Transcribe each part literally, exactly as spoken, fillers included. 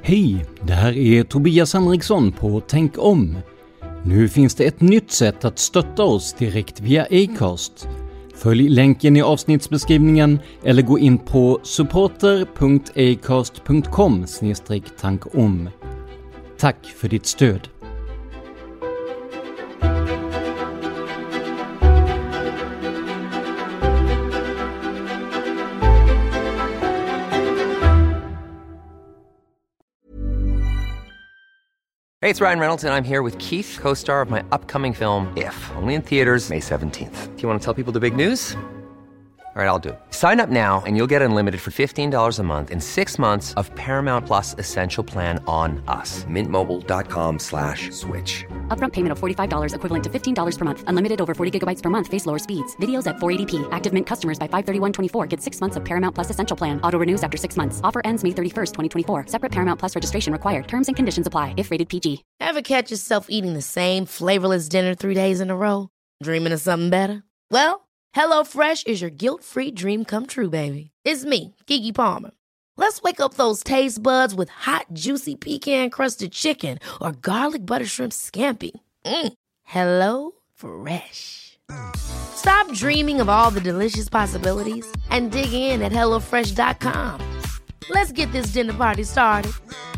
Hej, det här är Tobias Henriksson på Tänk om. Nu finns det ett nytt sätt att stötta oss direkt via Acast. Följ länken i avsnittsbeskrivningen eller gå in på supporter punkt acast punkt com slash tankom. Tack för ditt stöd. Hey, it's Ryan Reynolds, and I'm here with Keith, co-star of my upcoming film, If, only in theaters May seventeenth. Do you want to tell people the big news? All right, I'll do it. Sign up now and you'll get unlimited for fifteen dollars a month and six months of Paramount Plus Essential Plan on us. Mint Mobile dot com slash switch. Upfront payment of forty-five dollars equivalent to fifteen dollars per month. Unlimited over forty gigabytes per month. Face lower speeds. Videos at four eighty p. Active Mint customers by five thirty-one twenty-four get six months of Paramount Plus Essential Plan. Auto renews after six months. Offer ends May thirty-first, twenty twenty-four. Separate Paramount Plus registration required. Terms and conditions apply if rated P G. Ever catch yourself eating the same flavorless dinner three days in a row? Dreaming of something better? Well, HelloFresh is your guilt-free dream come true, baby. It's me, Keke Palmer. Let's wake up those taste buds with hot, juicy pecan-crusted chicken or garlic butter shrimp scampi. Mm. Hello Fresh. Stop dreaming of all the delicious possibilities and dig in at hello fresh dot com. Let's get this dinner party started.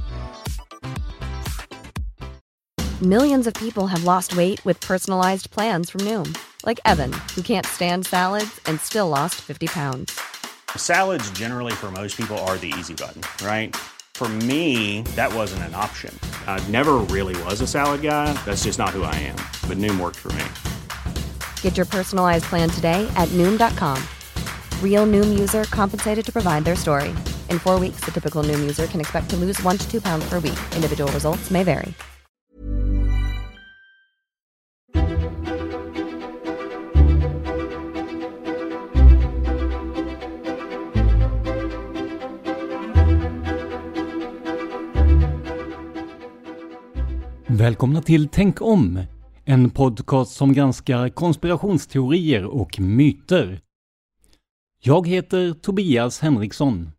Millions of people have lost weight with personalized plans from Noom. Like Evan, who can't stand salads and still lost fifty pounds. Salads generally for most people are the easy button, right? For me, that wasn't an option. I never really was a salad guy. That's just not who I am. But Noom worked for me. Get your personalized plan today at Noom dot com. Real Noom user compensated to provide their story. In four weeks, the typical Noom user can expect to lose one to two pounds per week. Individual results may vary. Välkomna till Tänk om, en podcast som granskar konspirationsteorier och myter. Jag heter Tobias Henriksson.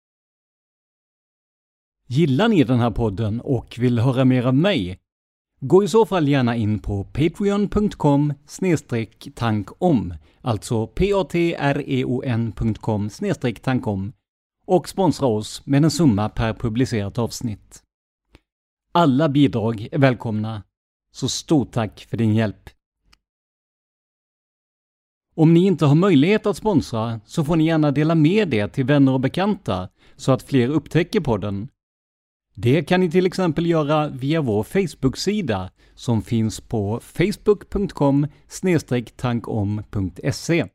Gillar ni den här podden och vill höra mer av mig? Gå i så fall gärna in på patreon punkt com slash tankom, alltså p-a-t-r-e-o-n punkt com slash tankom, och sponsra oss med en summa per publicerat avsnitt. Alla bidrag är välkomna, så stort tack för din hjälp. Om ni inte har möjlighet att sponsra så får ni gärna dela med det till vänner och bekanta så att fler upptäcker podden. Det kan ni till exempel göra via vår Facebook-sida som finns på facebook punkt com slash tankom punkt se.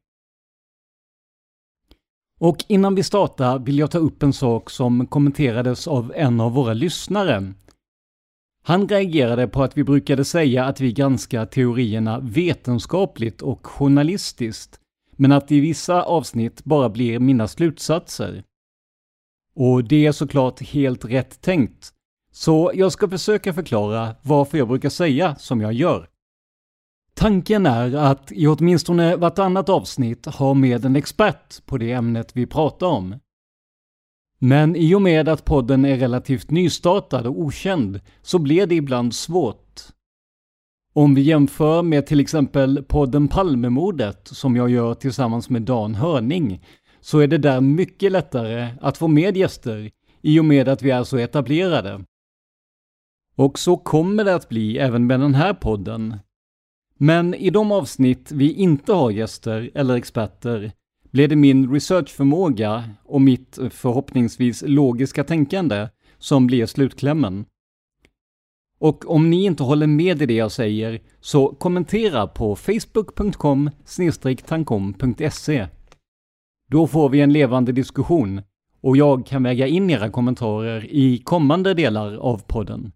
Och innan vi startar vill jag ta upp en sak som kommenterades av en av våra lyssnare. Han reagerade på att vi brukade säga att vi granskar teorierna vetenskapligt och journalistiskt, men att i vissa avsnitt bara blir mina slutsatser. Och det är såklart helt rätt tänkt, så jag ska försöka förklara varför jag brukar säga som jag gör. Tanken är att i åtminstone vartannat avsnitt ha med en expert på det ämnet vi pratar om. Men i och med att podden är relativt nystartad och okänd så blir det ibland svårt. Om vi jämför med till exempel podden Palmemordet som jag gör tillsammans med Dan Hörning så är det där mycket lättare att få med gäster i och med att vi är så etablerade. Och så kommer det att bli även med den här podden. Men i de avsnitt vi inte har gäster eller experter blir det min researchförmåga och mitt förhoppningsvis logiska tänkande som blir slutklämmen. Och om ni inte håller med i det jag säger så kommentera på facebook punkt com slash tankom punkt se. Då får vi en levande diskussion och jag kan väga in era kommentarer i kommande delar av podden.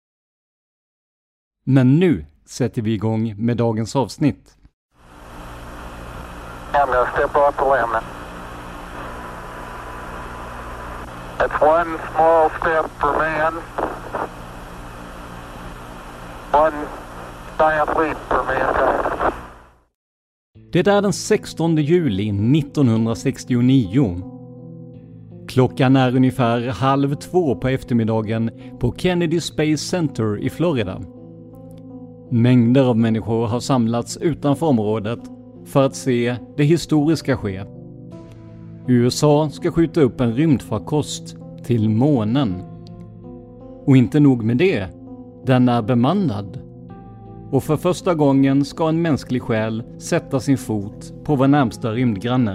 Men nu sätter vi igång med dagens avsnitt. I'm going to step off the limb now. It's one small step for man, one giant leap for mankind. Det är den sextonde juli nittonhundrasextionio. Klockan är ungefär halv två på eftermiddagen på Kennedy Space Center i Florida. Mängder av människor har samlats utanför området för att se det historiska ske. U S A ska skjuta upp en rymdfarkost till månen. Och inte nog med det, den är bemannad. Och för första gången ska en mänsklig själ sätta sin fot på vår närmsta rymdgranne.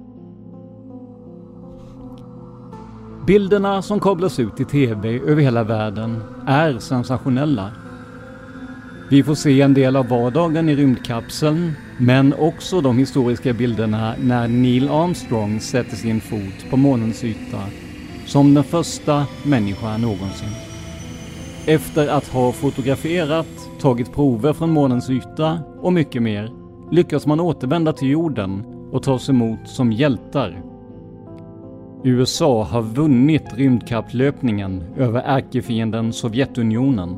Bilderna som kablas ut i tv över hela världen är sensationella. Vi får se en del av vardagen i rymdkapseln, men också de historiska bilderna när Neil Armstrong sätter sin fot på månens yta som den första människan någonsin. Efter att ha fotograferat, tagit prover från månens yta och mycket mer lyckas man återvända till jorden och tas emot som hjältar. U S A har vunnit rymdkapplöpningen över ärkefienden Sovjetunionen.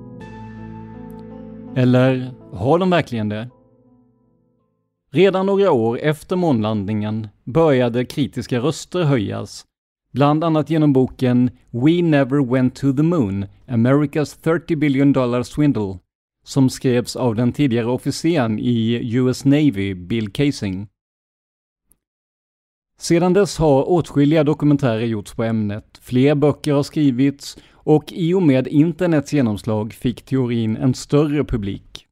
Eller har de verkligen det? Redan några år efter månlandningen började kritiska röster höjas, bland annat genom boken We Never Went to the Moon, America's thirty billion dollar Swindle, som skrevs av den tidigare officeren i U S Navy, Bill Kaysing. Sedan dess har åtskilliga dokumentärer gjorts på ämnet, fler böcker har skrivits och i och med internets genomslag fick teorin en större publik.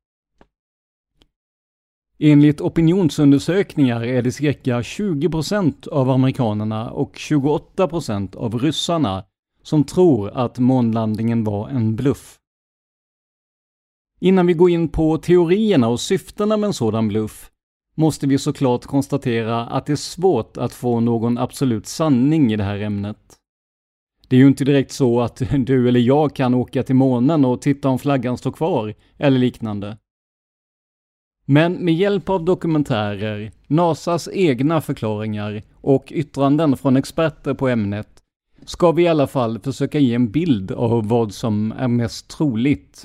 Enligt opinionsundersökningar är det cirka tjugo procent av amerikanerna och tjugoåtta procent av ryssarna som tror att månlandningen var en bluff. Innan vi går in på teorierna och syftena med en sådan bluff måste vi såklart konstatera att det är svårt att få någon absolut sanning i det här ämnet. Det är ju inte direkt så att du eller jag kan åka till månen och titta om flaggan står kvar eller liknande. Men med hjälp av dokumentärer, NASAs egna förklaringar och yttranden från experter på ämnet ska vi i alla fall försöka ge en bild av vad som är mest troligt.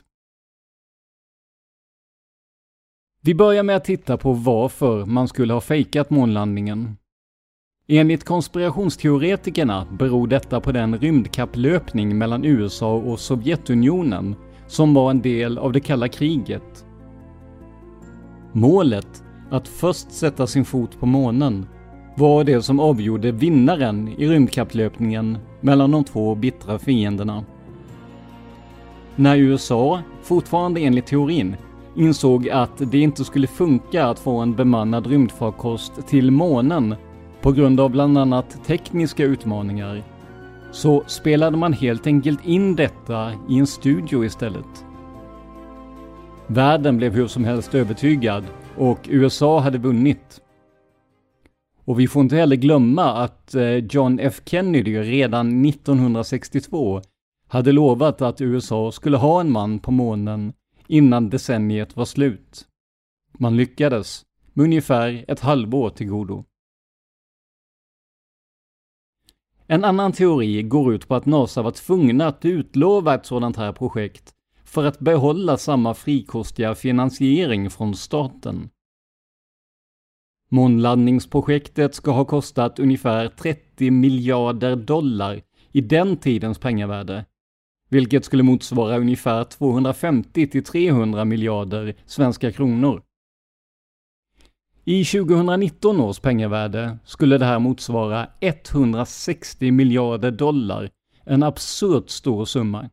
Vi börjar med att titta på varför man skulle ha fejkat månlandningen. Enligt konspirationsteoretikerna beror detta på den rymdkapplöpning mellan U S A och Sovjetunionen som var en del av det kalla kriget. Målet, att först sätta sin fot på månen, var det som avgjorde vinnaren i rymdkapplöpningen mellan de två bittra fienderna. När U S A, fortfarande enligt teorin, insåg att det inte skulle funka att få en bemannad rymdfarkost till månen på grund av bland annat tekniska utmaningar, så spelade man helt enkelt in detta i en studio istället. Världen blev hur som helst övertygad och U S A hade vunnit. Och vi får inte heller glömma att John F. Kennedy redan nittonhundrasextiotvå hade lovat att U S A skulle ha en man på månen innan decenniet var slut. Man lyckades, med ungefär ett halvår till godo. En annan teori går ut på att NASA var tvungna att utlova ett sådant här projekt för att behålla samma frikostiga finansiering från staten. Månlandningsprojektet ska ha kostat ungefär trettio miljarder dollar i den tidens pengavärde, vilket skulle motsvara ungefär tvåhundrafemtio till trehundra miljarder svenska kronor. I tjugohundranitton års pengavärde skulle det här motsvara etthundrasextio miljarder dollar, en absurt stor summa.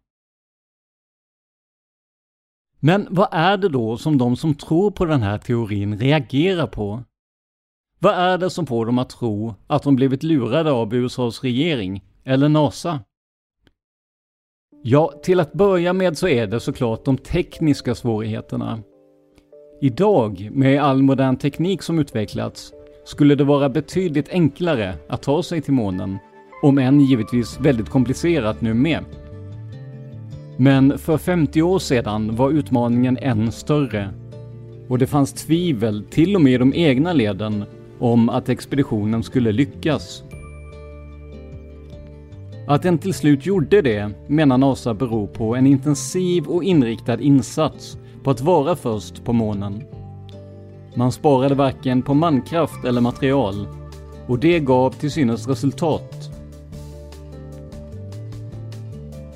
Men vad är det då som de som tror på den här teorin reagerar på? Vad är det som får dem att tro att de blivit lurade av U S A:s regering eller NASA? Ja, till att börja med så är det såklart de tekniska svårigheterna. Idag, med all modern teknik som utvecklats, skulle det vara betydligt enklare att ta sig till månen, om än givetvis väldigt komplicerat nu med. Men för femtio år sedan var utmaningen än större, och det fanns tvivel till och med i de egna leden om att expeditionen skulle lyckas. Att den till slut gjorde det menar NASA beror på en intensiv och inriktad insats på att vara först på månen. Man sparade varken på mankraft eller material, och det gav till synes resultat.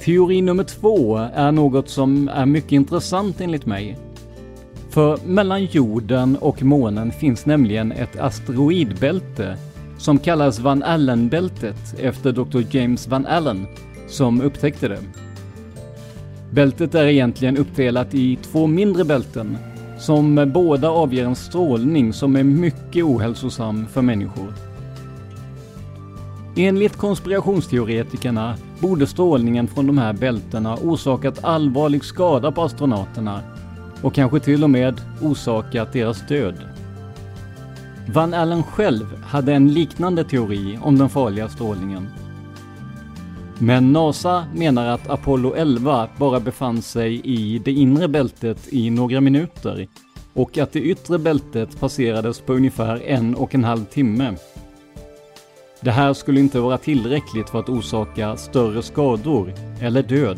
Teori nummer två är något som är mycket intressant enligt mig. För mellan jorden och månen finns nämligen ett asteroidbälte som kallas Van Allen-bältet efter doktor James Van Allen som upptäckte det. Bältet är egentligen uppdelat i två mindre bälten som båda avger en strålning som är mycket ohälsosam för människor. Enligt konspirationsteoretikerna borde strålningen från de här bältena orsakat allvarlig skada på astronauterna och kanske till och med orsakat deras död. Van Allen själv hade en liknande teori om den farliga strålningen. Men NASA menar att Apollo elva bara befann sig i det inre bältet i några minuter och att det yttre bältet passerades på ungefär en och en halv timme. Det här skulle inte vara tillräckligt för att orsaka större skador eller död.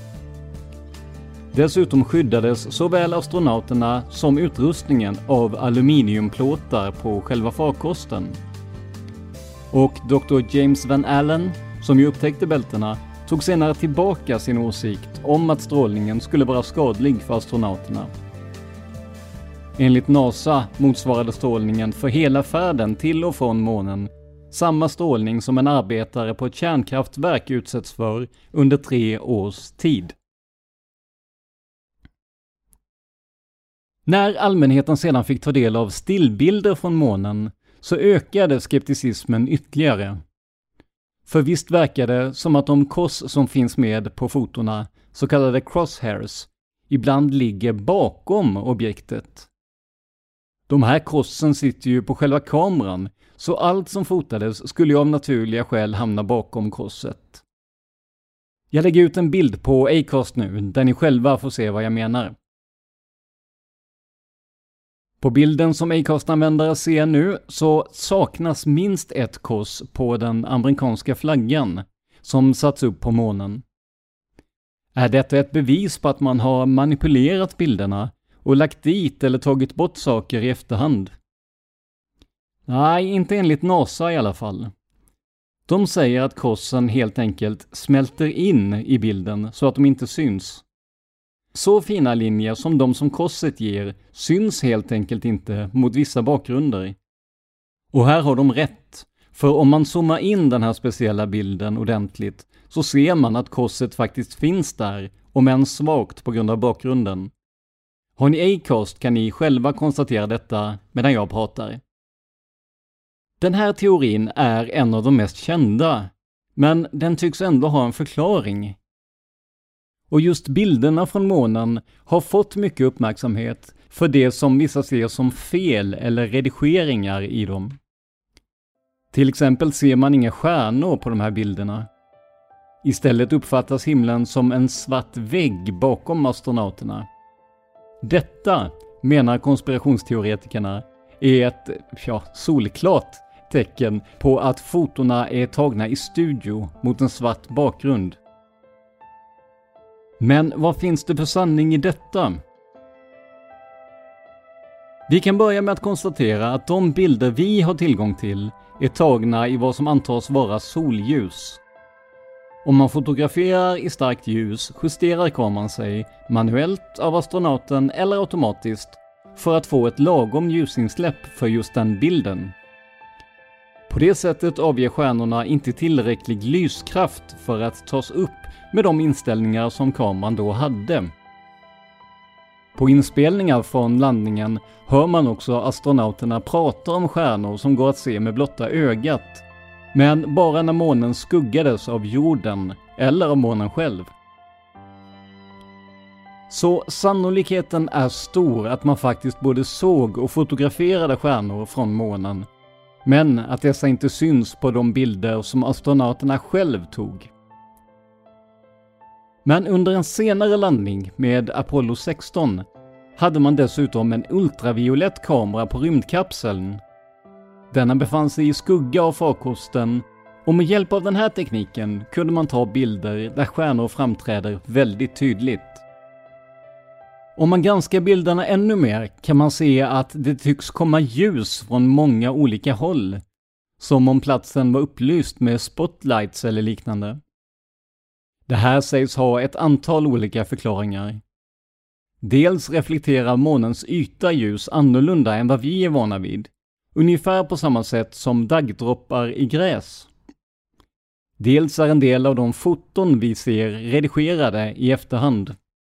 Dessutom skyddades såväl astronauterna som utrustningen av aluminiumplåtar på själva farkosten. Och doktor James Van Allen, som ju upptäckte bältena, tog senare tillbaka sin åsikt om att strålningen skulle vara skadlig för astronauterna. Enligt NASA motsvarade strålningen för hela färden till och från månen samma strålning som en arbetare på ett kärnkraftverk utsätts för under tre års tid. När allmänheten sedan fick ta del av stillbilder från månen så ökade skepticismen ytterligare. För visst verkar det som att de kors som finns med på fotorna, så kallade crosshairs, ibland ligger bakom objektet. De här korsen sitter ju på själva kameran, så allt som fotades skulle ju av naturliga skäl hamna bakom korset. Jag lägger ut en bild på Acast nu, där ni själva får se vad jag menar. På bilden som Acast-användare ser nu så saknas minst ett kors på den amerikanska flaggan som satts upp på månen. Är detta ett bevis på att man har manipulerat bilderna och lagt dit eller tagit bort saker i efterhand? Nej, inte enligt NASA i alla fall. De säger att korsen helt enkelt smälter in i bilden så att de inte syns. Så fina linjer som de som korset ger syns helt enkelt inte mot vissa bakgrunder. Och här har de rätt, för om man zoomar in den här speciella bilden ordentligt så ser man att korset faktiskt finns där, om än svagt på grund av bakgrunden. Har ni Acast kan ni själva konstatera detta medan jag pratar. Den här teorin är en av de mest kända, men den tycks ändå ha en förklaring. Och just bilderna från månen har fått mycket uppmärksamhet för det som vissa ser som fel eller redigeringar i dem. Till exempel ser man inga stjärnor på de här bilderna. Istället uppfattas himlen som en svart vägg bakom astronauterna. Detta, menar konspirationsteoretikerna, är ett ja, solklart tecken på att fotorna är tagna i studio mot en svart bakgrund. Men vad finns det för sanning i detta? Vi kan börja med att konstatera att de bilder vi har tillgång till är tagna i vad som antas vara solljus. Om man fotograferar i starkt ljus justerar kameran sig manuellt av astronauten eller automatiskt för att få ett lagom ljusinsläpp för just den bilden. På det sättet avger stjärnorna inte tillräcklig lyskraft för att tas upp med de inställningar som kameran då hade. På inspelningar från landningen hör man också astronauterna prata om stjärnor som går att se med blotta ögat, men bara när månen skuggades av jorden eller av månen själv. Så sannolikheten är stor att man faktiskt både såg och fotograferade stjärnor från månen, men att dessa inte syns på de bilder som astronauterna själv tog. Men under en senare landning med Apollo sexton hade man dessutom en ultraviolett kamera på rymdkapseln. Denna befann sig i skugga av farkosten och med hjälp av den här tekniken kunde man ta bilder där stjärnor framträder väldigt tydligt. Om man granskar bilderna ännu mer kan man se att det tycks komma ljus från många olika håll, som om platsen var upplyst med spotlights eller liknande. Det här sägs ha ett antal olika förklaringar. Dels reflekterar månens yta ljus annorlunda än vad vi är vana vid, ungefär på samma sätt som daggdroppar i gräs. Dels är en del av de foton vi ser redigerade i efterhand.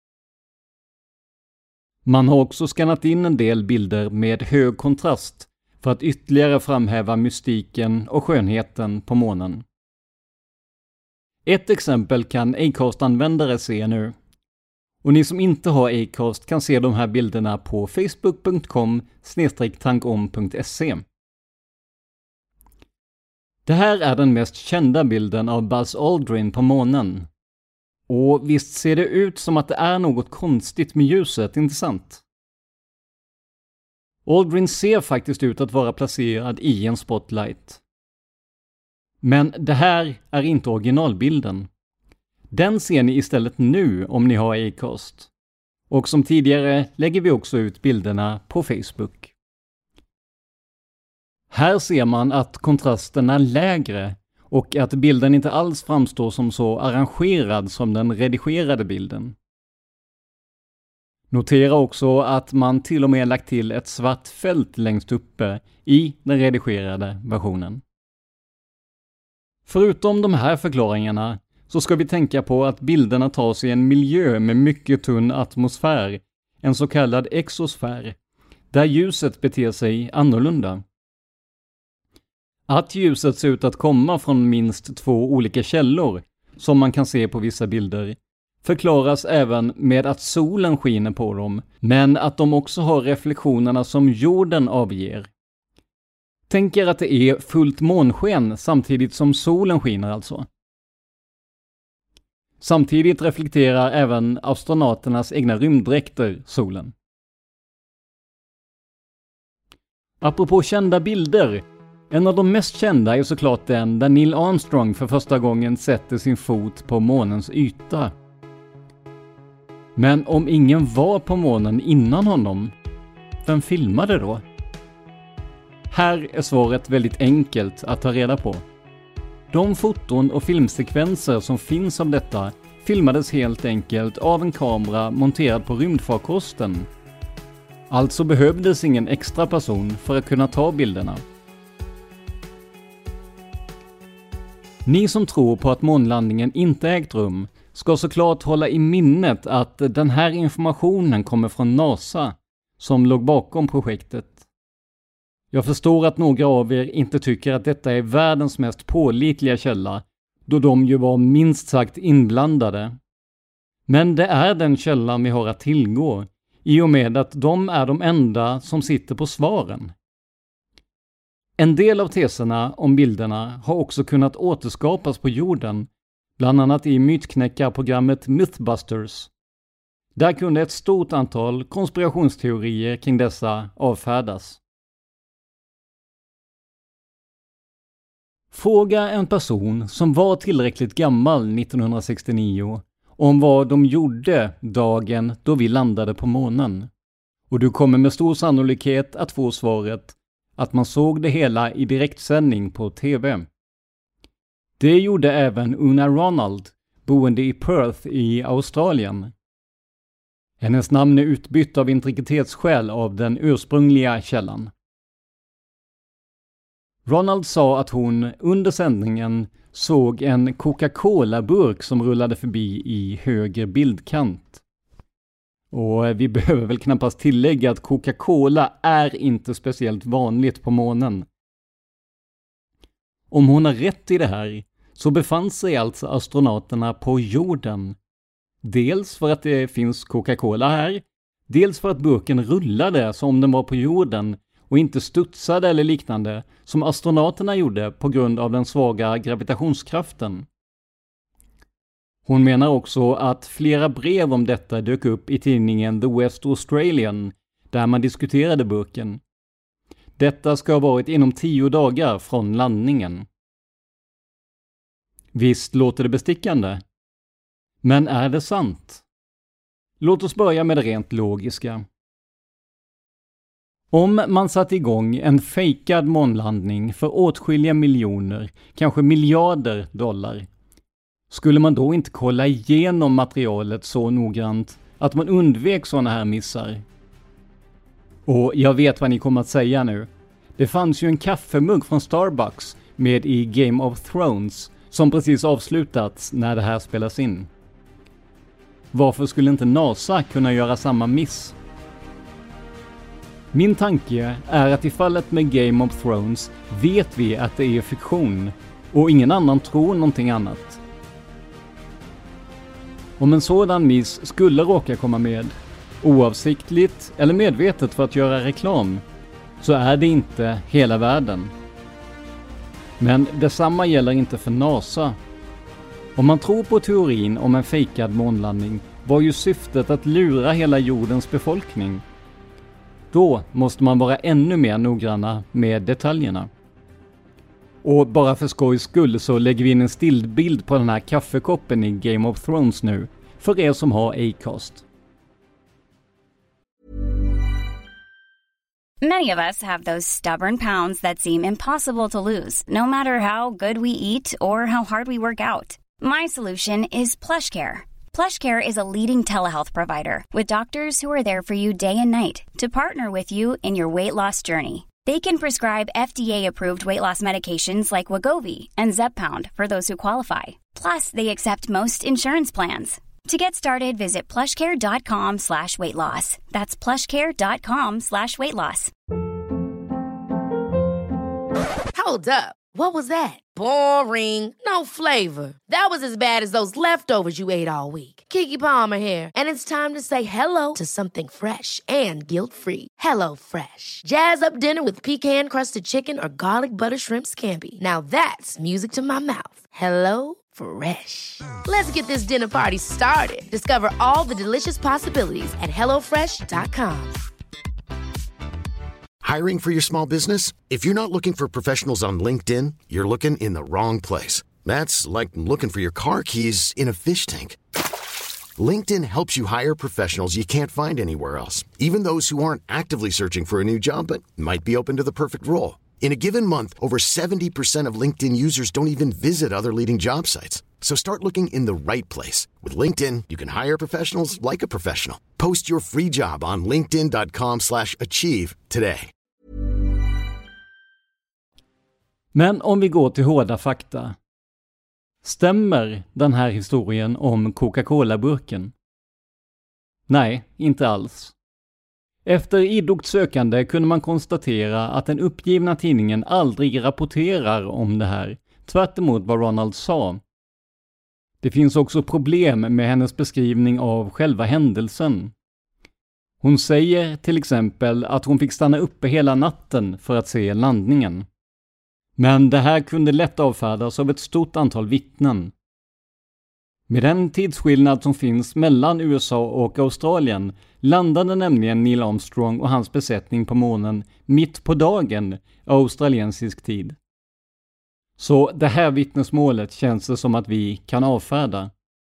Man har också skannat in en del bilder med hög kontrast för att ytterligare framhäva mystiken och skönheten på månen. Ett exempel kan Acast-användare se nu. Och ni som inte har Acast kan se de här bilderna på facebook punkt com slash tankom punkt se. Det här är den mest kända bilden av Buzz Aldrin på månen. Och visst ser det ut som att det är något konstigt med ljuset, inte sant? Aldrin ser faktiskt ut att vara placerad i en spotlight. Men det här är inte originalbilden. Den ser ni istället nu om ni har Acast. Och som tidigare lägger vi också ut bilderna på Facebook. Här ser man att kontrasten är lägre och att bilden inte alls framstår som så arrangerad som den redigerade bilden. Notera också att man till och med lagt till ett svart fält längst uppe i den redigerade versionen. Förutom de här förklaringarna så ska vi tänka på att bilderna tas i en miljö med mycket tunn atmosfär, en så kallad exosfär, där ljuset beter sig annorlunda. Att ljuset ser ut att komma från minst två olika källor, som man kan se på vissa bilder, förklaras även med att solen skiner på dem, men att de också har reflektionerna som jorden avger. Tänk er att det är fullt månsken samtidigt som solen skiner alltså. Samtidigt reflekterar även astronauternas egna rymddräkter solen. Apropå kända bilder, en av de mest kända är såklart den där Neil Armstrong för första gången sätter sin fot på månens yta. Men om ingen var på månen innan honom, vem filmade då? Här är svaret väldigt enkelt att ta reda på. De foton och filmsekvenser som finns av detta filmades helt enkelt av en kamera monterad på rymdfarkosten. Alltså behövdes ingen extra person för att kunna ta bilderna. Ni som tror på att månlandningen inte ägt rum ska såklart hålla i minnet att den här informationen kommer från NASA som låg bakom projektet. Jag förstår att några av er inte tycker att detta är världens mest pålitliga källa, då de ju var minst sagt inblandade. Men det är den källan vi har att tillgå, i och med att de är de enda som sitter på svaren. En del av teserna om bilderna har också kunnat återskapas på jorden, bland annat i mytknäckarprogrammet Mythbusters. Där kunde ett stort antal konspirationsteorier kring dessa avfärdas. Fråga en person som var tillräckligt gammal nittonhundrasextionio om vad de gjorde dagen då vi landade på månen. Och du kommer med stor sannolikhet att få svaret att man såg det hela i direktsändning på tv. Det gjorde även Una Ronald, boende i Perth i Australien. Hennes namn är utbytt av integritetsskäl av den ursprungliga källan. Ronald sa att hon under sändningen såg en Coca-Cola-burk som rullade förbi i höger bildkant. Och vi behöver väl knappast tillägga att Coca-Cola är inte speciellt vanligt på månen. Om hon har rätt i det här så befann sig alltså astronauterna på jorden. Dels för att det finns Coca-Cola här, dels för att burken rullade som om den var på jorden och inte studsade eller liknande som astronauterna gjorde på grund av den svaga gravitationskraften. Hon menar också att flera brev om detta dök upp i tidningen The West Australian där man diskuterade burken. Detta ska ha varit inom tio dagar från landningen. Visst låter det bestickande? Men är det sant? Låt oss börja med det rent logiska. Om man satt igång en fejkad månlandning för åtskilliga miljoner, kanske miljarder dollar, Skulle man då inte kolla igenom materialet så noggrant att man undvek sådana här missar? Och jag vet vad ni kommer att säga nu. Det fanns ju en kaffemugg från Starbucks med i Game of Thrones som precis avslutats när det här spelas in. Varför skulle inte NASA kunna göra samma miss? Min tanke är att i fallet med Game of Thrones vet vi att det är fiktion och ingen annan tror någonting annat. Om en sådan miss skulle råka komma med, oavsiktligt eller medvetet för att göra reklam, så är det inte hela världen. Men detsamma gäller inte för NASA. Om man tror på teorin om en fejkad månlandning var ju syftet att lura hela jordens befolkning. Då måste man vara ännu mer noggranna med detaljerna. Och bara för skojs skull så lägger vi in en stillbild på den här kaffekoppen i Game of Thrones nu, för er som har Acast. Many of us have those stubborn pounds that seem impossible to lose, no matter how good we eat or how hard we work out. My solution is PlushCare. PlushCare is a leading telehealth provider with doctors who are there for you day and night to partner with you in your weight loss journey. They can prescribe F D A-approved weight loss medications like Wegovy and Zepbound for those who qualify. Plus, they accept most insurance plans. To get started, visit plushcare.com slash weight loss. That's plushcare.com slash weight loss. Hold up. What was that? Boring. No flavor. That was as bad as those leftovers you ate all week. Keke Palmer here, and it's time to say hello to something fresh and guilt-free. Hello Fresh. Jazz up dinner with pecan-crusted chicken or garlic butter shrimp scampi. Now that's music to my mouth. Hello Fresh. Let's get this dinner party started. Discover all the delicious possibilities at hello fresh dot com. Hiring for your small business? If you're not looking for professionals on LinkedIn, you're looking in the wrong place. That's like looking for your car keys in a fish tank. LinkedIn helps you hire professionals you can't find anywhere else, even those who aren't actively searching for a new job but might be open to the perfect role. In a given month, over seventy percent of LinkedIn users don't even visit other leading job sites. So start looking in the right place. With LinkedIn, you can hire professionals like a professional. Post your free job on linkedin dot com slash achieve today. Men om vi går till hårda fakta. Stämmer den här historien om Coca-Cola-burken? Nej, inte alls. Efter idogt sökande kunde man konstatera att den uppgivna tidningen aldrig rapporterar om det här, tvärt emot vad Ronald sa. Det finns också problem med hennes beskrivning av själva händelsen. Hon säger till exempel att hon fick stanna uppe hela natten för att se landningen. Men det här kunde lätt avfärdas av ett stort antal vittnen. Med den tidsskillnad som finns mellan U S A och Australien landade nämligen Neil Armstrong och hans besättning på månen mitt på dagen australiensisk tid. Så det här vittnesmålet känns det som att vi kan avfärda.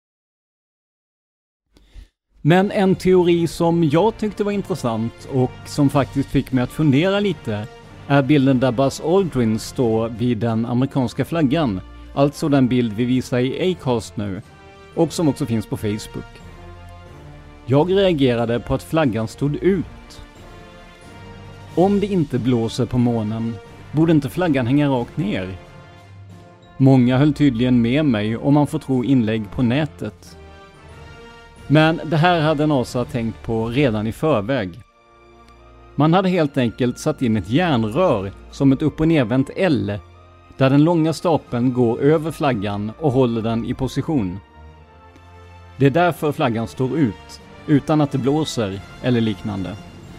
Men en teori som jag tyckte var intressant och som faktiskt fick mig att fundera lite är bilden där Buzz Aldrin står vid den amerikanska flaggan, alltså den bild vi visar i Acast nu och som också finns på Facebook. Jag reagerade på att flaggan stod ut. Om det inte blåser på månen, borde inte flaggan hänga rakt ner? Många höll tydligen med mig om man får tro inlägg på nätet. Men det här hade NASA tänkt på redan i förväg. Man hade helt enkelt satt in ett järnrör som ett upp- och nervänt L, där den långa stapeln går över flaggan och håller den i position. Det är därför flaggan står ut, utan att det blåser eller liknande.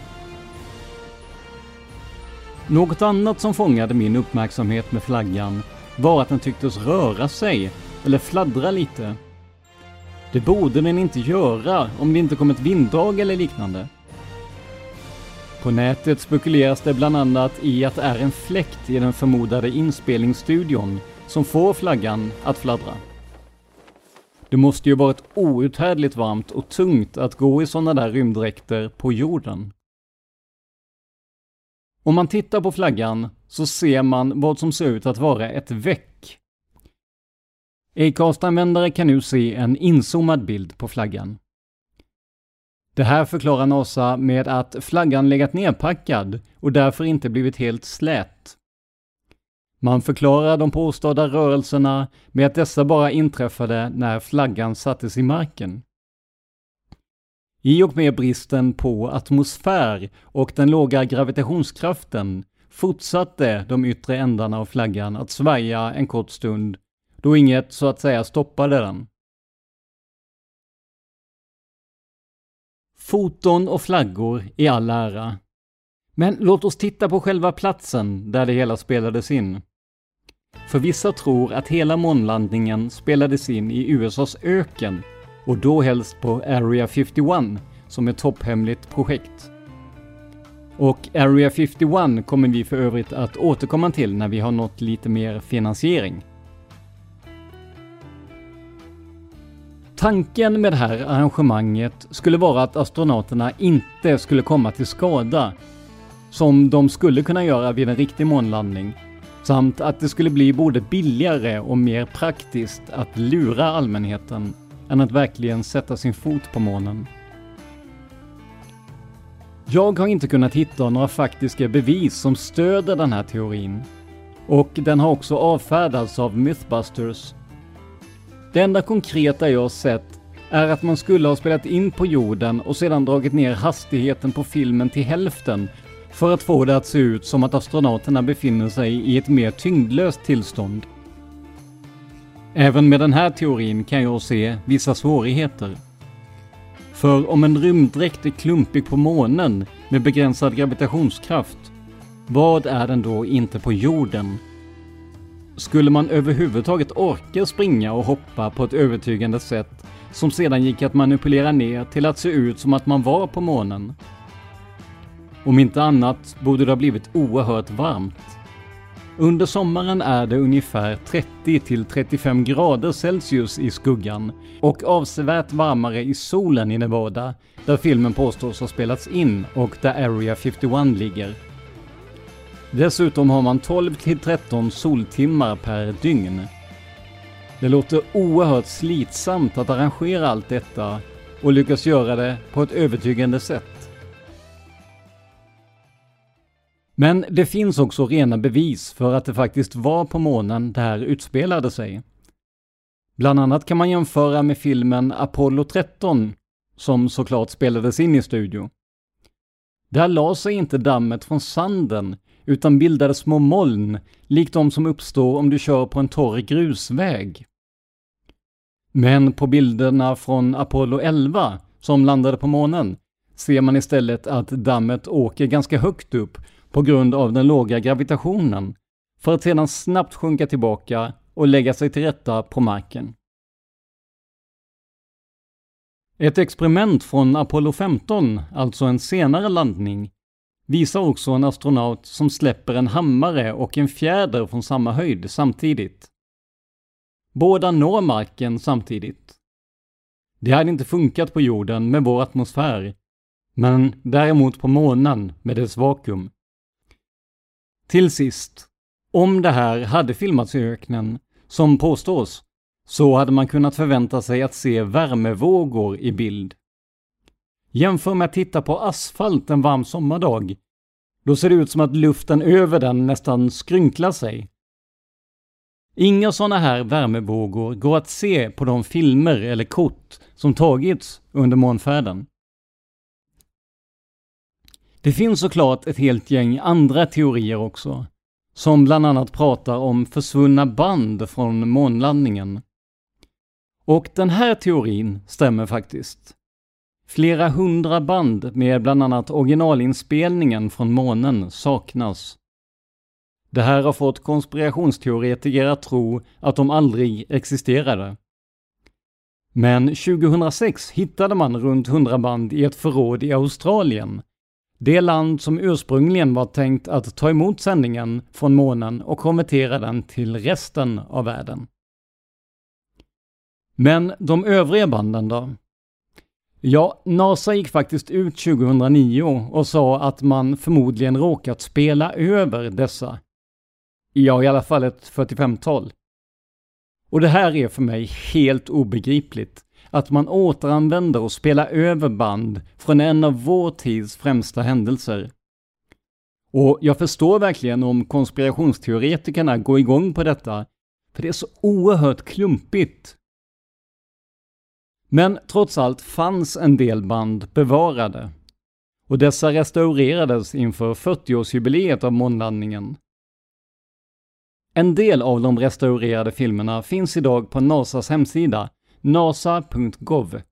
Något annat som fångade min uppmärksamhet med flaggan var att den tycktes röra sig eller fladdra lite. Det borde den inte göra om det inte kom ett vinddrag eller liknande. På nätet spekuleras det bland annat i att det är en fläkt i den förmodade inspelningsstudion som får flaggan att fladdra. Det måste ju varit outhärdligt varmt och tungt att gå i sådana där rymddräkter på jorden. Om man tittar på flaggan så ser man vad som ser ut att vara ett väck. Acast-användare kan nu se en inzoomad bild på flaggan. Det här förklarar NASA med att flaggan legat nedpackad och därför inte blivit helt slät. Man förklarar de påstådda rörelserna med att dessa bara inträffade när flaggan sattes i marken. I och med bristen på atmosfär och den låga gravitationskraften fortsatte de yttre ändarna av flaggan att svaja en kort stund, då inget så att säga stoppade den. Foton och flaggor i all ära. Men låt oss titta på själva platsen där det hela spelades in. För vissa tror att hela månlandningen spelades in i U S A:s öken, och då helst på Area femtioett som ett topphemligt projekt. Och Area femtioett kommer vi för övrigt att återkomma till när vi har nått lite mer finansiering. Tanken med det här arrangemanget skulle vara att astronauterna inte skulle komma till skada, som de skulle kunna göra vid en riktig månlandning, samt att det skulle bli både billigare och mer praktiskt att lura allmänheten än att verkligen sätta sin fot på månen. Jag har inte kunnat hitta några faktiska bevis som stöder den här teorin, och den har också avfärdats av Mythbusters. Det enda konkreta jag har sett är att man skulle ha spelat in på jorden och sedan dragit ner hastigheten på filmen till hälften för att få det att se ut som att astronauterna befinner sig i ett mer tyngdlöst tillstånd. Även med den här teorin kan jag se vissa svårigheter. För om en rymddräkt är klumpig på månen med begränsad gravitationskraft, vad är den då inte på jorden? Skulle man överhuvudtaget orka springa och hoppa på ett övertygande sätt som sedan gick att manipulera ner till att se ut som att man var på månen? Om inte annat borde det ha blivit oerhört varmt. Under sommaren är det ungefär trettio till trettiofem grader Celsius i skuggan och avsevärt varmare i solen i Nevada, där filmen påstås ha spelats in och där Area femtioett ligger. Dessutom har man tolv till tretton soltimmar per dygn. Det låter oerhört slitsamt att arrangera allt detta och lyckas göra det på ett övertygande sätt. Men det finns också rena bevis för att det faktiskt var på månen det här utspelade sig. Bland annat kan man jämföra med filmen Apollo tretton, som såklart spelades in i studio. Där la sig inte dammet från sanden utan bildade små moln, likt de som uppstår om du kör på en torr grusväg. Men på bilderna från Apollo elva, som landade på månen, ser man istället att dammet åker ganska högt upp på grund av den låga gravitationen, för att sedan snabbt sjunka tillbaka och lägga sig till rätta på marken. Ett experiment från Apollo femton, alltså en senare landning, visar också en astronaut som släpper en hammare och en fjäder från samma höjd samtidigt. Båda når marken samtidigt. Det hade inte funkat på jorden med vår atmosfär, men däremot på månen med dess vakuum. Till sist, om det här hade filmats i öknen, som påstås, så hade man kunnat förvänta sig att se värmevågor i bild. Jämför med att titta på asfalt en varm sommardag. Då ser det ut som att luften över den nästan skrynklar sig. Inga sådana här värmevågor går att se på de filmer eller kort som tagits under månfärden. Det finns såklart ett helt gäng andra teorier också, som bland annat pratar om försvunna band från månlandningen. Och den här teorin stämmer faktiskt. Flera hundra band med bland annat originalinspelningen från månen saknas. Det här har fått konspirationsteoretiker att tro att de aldrig existerade. Men tjugohundrasex hittade man runt hundra band i ett förråd i Australien, det land som ursprungligen var tänkt att ta emot sändningen från månen och konvertera den till resten av världen. Men de övriga banden då? Ja, NASA gick faktiskt ut tjugohundranio och sa att man förmodligen råkat spela över dessa. Ja, i alla fall ett fyrtiofemtal. Och det här är för mig helt obegripligt. Att man återanvänder och spelar över band från en av vår tids främsta händelser. Och jag förstår verkligen om konspirationsteoretikerna går igång på detta, för det är så oerhört klumpigt. Men trots allt fanns en del band bevarade. Och dessa restaurerades inför fyrtioårsjubileet av månlandningen. En del av de restaurerade filmerna finns idag på NASAs hemsida, nasa punkt gov.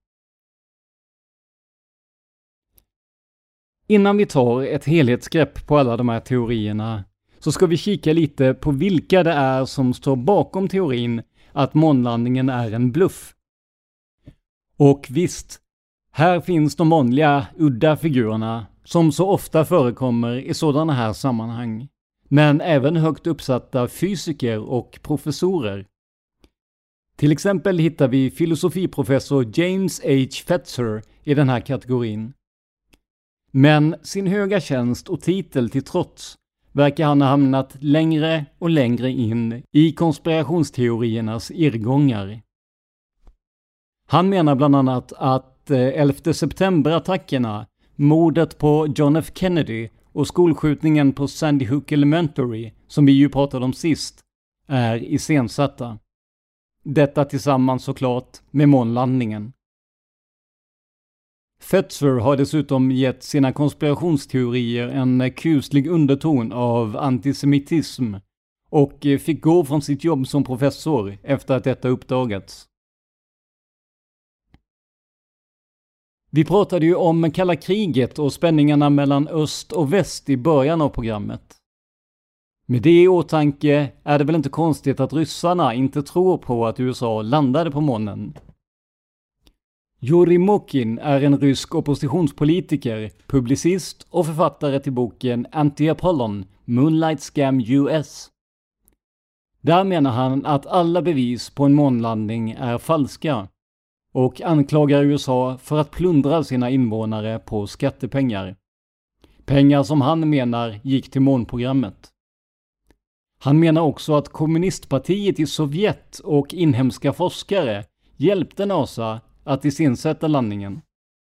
Innan vi tar ett helhetsgrepp på alla de här teorierna så ska vi kika lite på vilka det är som står bakom teorin att månlandningen är en bluff. Och visst, här finns de vanliga udda figurerna som så ofta förekommer i sådana här sammanhang. Men även högt uppsatta fysiker och professorer. Till exempel hittar vi filosofiprofessor James H. Fetzer i den här kategorin. Men sin höga tjänst och titel till trots verkar han ha hamnat längre och längre in i konspirationsteoriernas irrgångar. Han menar bland annat att elfte september-attackerna, mordet på John F. Kennedy och skolskjutningen på Sandy Hook Elementary, som vi ju pratade om sist, är iscensatta. Detta tillsammans såklart med månlandningen. Fetzer har dessutom gett sina konspirationsteorier en kuslig underton av antisemitism och fick gå från sitt jobb som professor efter att detta uppdagats. Vi pratade ju om kalla kriget och spänningarna mellan öst och väst i början av programmet. Med det i åtanke är det väl inte konstigt att ryssarna inte tror på att U S A landade på månen. Yuri Mokin är en rysk oppositionspolitiker, publicist och författare till boken Anti-Apollon, Moonlight Scam U S. Där menar han att alla bevis på en månlandning är falska och anklagar U S A för att plundra sina invånare på skattepengar. Pengar som han menar gick till månprogrammet. Han menar också att kommunistpartiet i Sovjet och inhemska forskare hjälpte NASA att iscensätta landningen.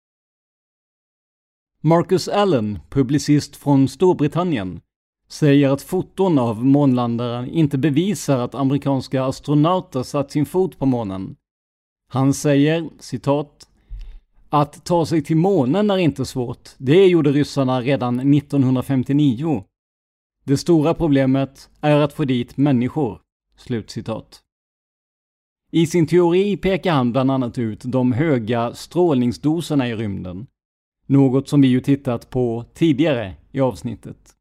Marcus Allen, publicist från Storbritannien, säger att foton av månlandaren inte bevisar att amerikanska astronauter satt sin fot på månen. Han säger, citat, att ta sig till månen är inte svårt. Det gjorde ryssarna redan nittonhundrafemtionio. Det stora problemet är att få dit människor. Slutcitat. I sin teori pekar han bland annat ut de höga strålningsdoserna i rymden. Något som vi ju tittat på tidigare i avsnittet.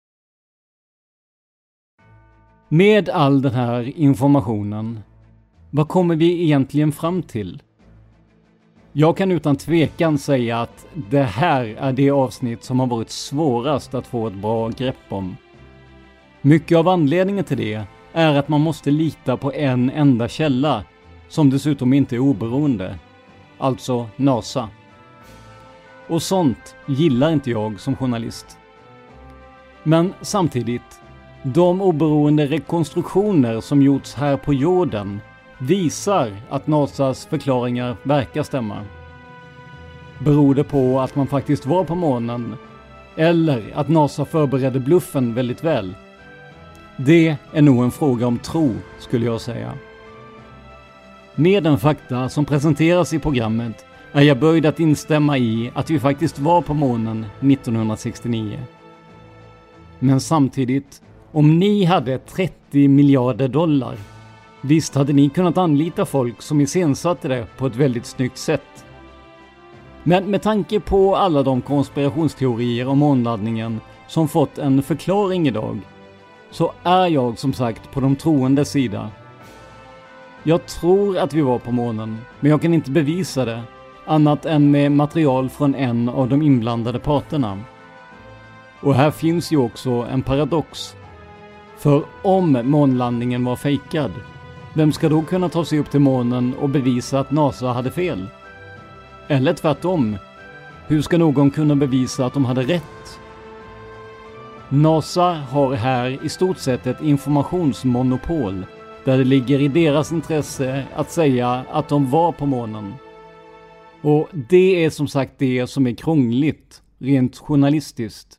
Med all den här informationen, vad kommer vi egentligen fram till? Jag kan utan tvekan säga att det här är det avsnitt som har varit svårast att få ett bra grepp om. Mycket av anledningen till det är att man måste lita på en enda källa, som dessutom inte är oberoende, alltså NASA. Och sånt gillar inte jag som journalist. Men samtidigt, de oberoende rekonstruktioner som gjorts här på jorden visar att NASAs förklaringar verkar stämma. Beror det på att man faktiskt var på månen, eller att NASA förberedde bluffen väldigt väl? Det är nog en fråga om tro, skulle jag säga. Med den fakta som presenteras i programmet är jag böjd att instämma i att vi faktiskt var på månen nittonhundrasextionio. Men samtidigt, om ni hade trettio miljarder dollar, visst hade ni kunnat anlita folk som iscensatte det på ett väldigt snyggt sätt. Men med tanke på alla de konspirationsteorier om månlandningen som fått en förklaring idag, så är jag som sagt på de troendes sida. Jag tror att vi var på månen, men jag kan inte bevisa det annat än med material från en av de inblandade parterna. Och här finns ju också en paradox. För om månlandningen var fejkad, vem ska då kunna ta sig upp till månen och bevisa att NASA hade fel? Eller tvärtom, hur ska någon kunna bevisa att de hade rätt? NASA har här i stort sett ett informationsmonopol där det ligger i deras intresse att säga att de var på månen. Och det är som sagt det som är krångligt, rent journalistiskt.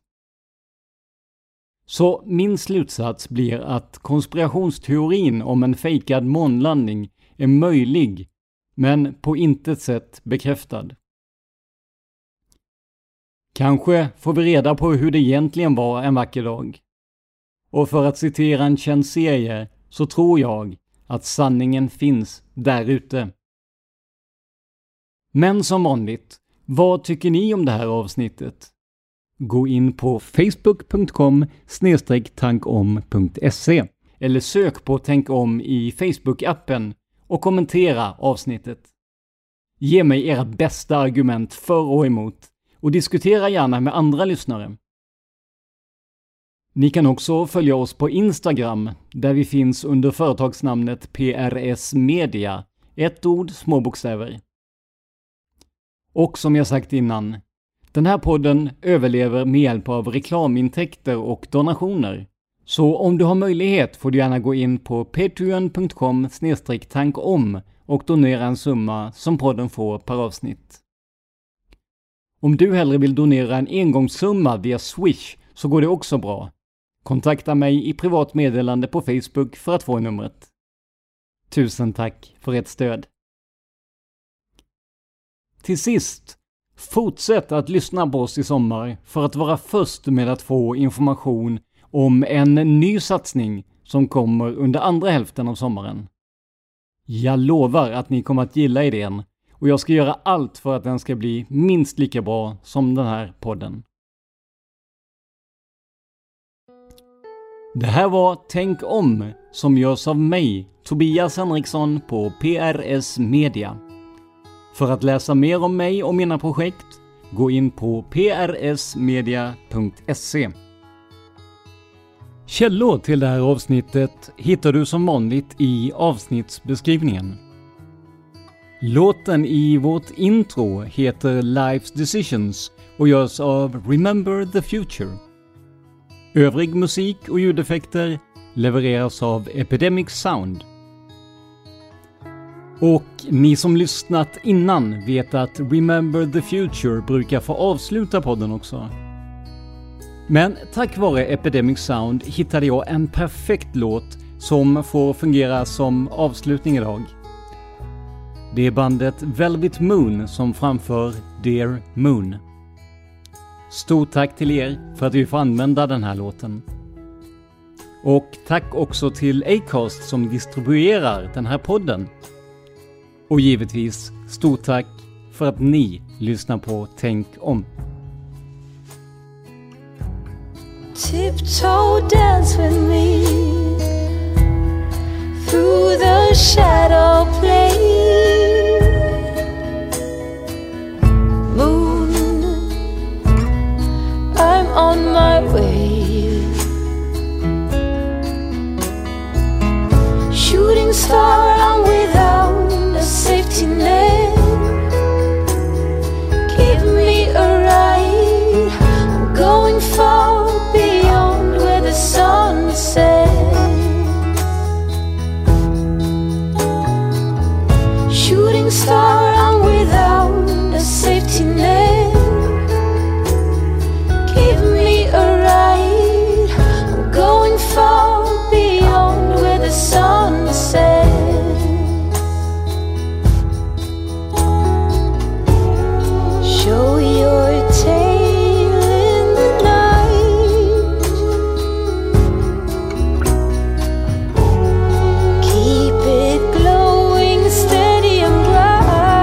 Så min slutsats blir att konspirationsteorin om en fejkad månlandning är möjlig, men på intet sätt bekräftad. Kanske får vi reda på hur det egentligen var en vacker dag. Och för att citera en känd serie så tror jag att sanningen finns där ute. Men som vanligt, vad tycker ni om det här avsnittet? Gå in på facebook punkt com slash tankom punkt se eller sök på Tänk om i Facebook-appen och kommentera avsnittet. Ge mig era bästa argument för och emot och diskutera gärna med andra lyssnare. Ni kan också följa oss på Instagram där vi finns under företagsnamnet P R S Media, ett ord, små bokstäver. Och som jag sagt innan, den här podden överlever med hjälp av reklamintäkter och donationer. Så om du har möjlighet får du gärna gå in på patreon punkt com slash tankom och donera en summa som podden får per avsnitt. Om du hellre vill donera en engångssumma via Swish så går det också bra. Kontakta mig i privat meddelande på Facebook för att få numret. Tusen tack för ert stöd. Till sist, fortsätt att lyssna på oss i sommar för att vara först med att få information om en ny satsning som kommer under andra hälften av sommaren. Jag lovar att ni kommer att gilla idén och jag ska göra allt för att den ska bli minst lika bra som den här podden. Det här var Tänk om som görs av mig, Tobias Henriksson på P R S Media. För att läsa mer om mig och mina projekt, gå in på p r s media punkt se. Källor till det här avsnittet hittar du som vanligt i avsnittsbeskrivningen. Låten i vårt intro heter Life's Decisions och görs av Remember the Future. Övrig musik och ljudeffekter levereras av Epidemic Sound. Och ni som lyssnat innan vet att Remember the Future brukar få avsluta podden också. Men tack vare Epidemic Sound hittade jag en perfekt låt som får fungera som avslutning idag. Det är bandet Velvet Moon som framför Dear Moon. Stort tack till er för att vi får använda den här låten. Och tack också till Acast som distribuerar den här podden. Och givetvis stort tack för att ni lyssnar på Tänk om. Tiptoe dance with me through the shadow play. Moon, I'm on my way. Shooting star, I'm without a safety net. Give me a ride. I'm going far beyond where the sun sets. Shooting star, I'm without a safety net. Give me a ride. I'm going far beyond where the sun sets. Show your tail in the night. Keep it glowing steady and bright.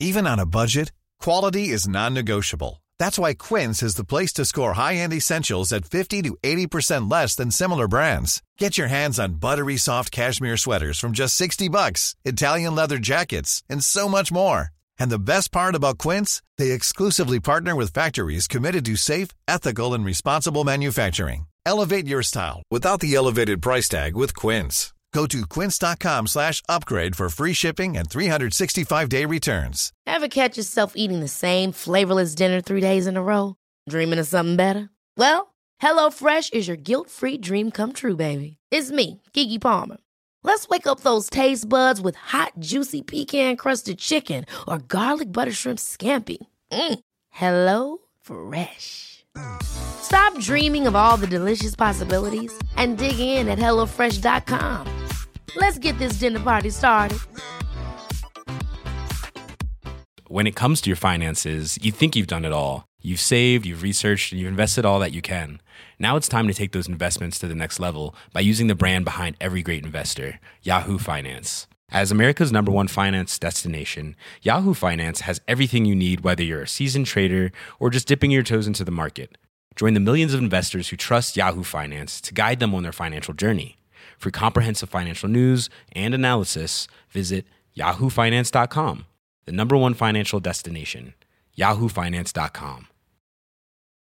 Even on a budget, quality is non-negotiable. That's why Quince is the place to score high-end essentials at fifty to eighty percent less than similar brands. Get your hands on buttery soft cashmere sweaters from just sixty bucks, Italian leather jackets, and so much more. And the best part about Quince, they exclusively partner with factories committed to safe, ethical, and responsible manufacturing. Elevate your style without the elevated price tag with Quince. Go to quince.com slash upgrade for free shipping and three sixty-five day returns. Ever catch yourself eating the same flavorless dinner three days in a row? Dreaming of something better? Well, HelloFresh is your guilt-free dream come true, baby. It's me, Keke Palmer. Let's wake up those taste buds with hot, juicy pecan-crusted chicken or garlic butter shrimp scampi. Mm. Hello Fresh. Stop dreaming of all the delicious possibilities and dig in at hello fresh dot com. Let's get this dinner party started. When it comes to your finances, you think you've done it all. You've saved, you've researched, and you've invested all that you can. Now it's time to take those investments to the next level by using the brand behind every great investor, Yahoo Finance. As America's number one finance destination, Yahoo Finance has everything you need, whether you're a seasoned trader or just dipping your toes into the market. Join the millions of investors who trust Yahoo Finance to guide them on their financial journey. For comprehensive financial news and analysis, visit yahoo finance dot com, the number one financial destination, yahoo finance dot com.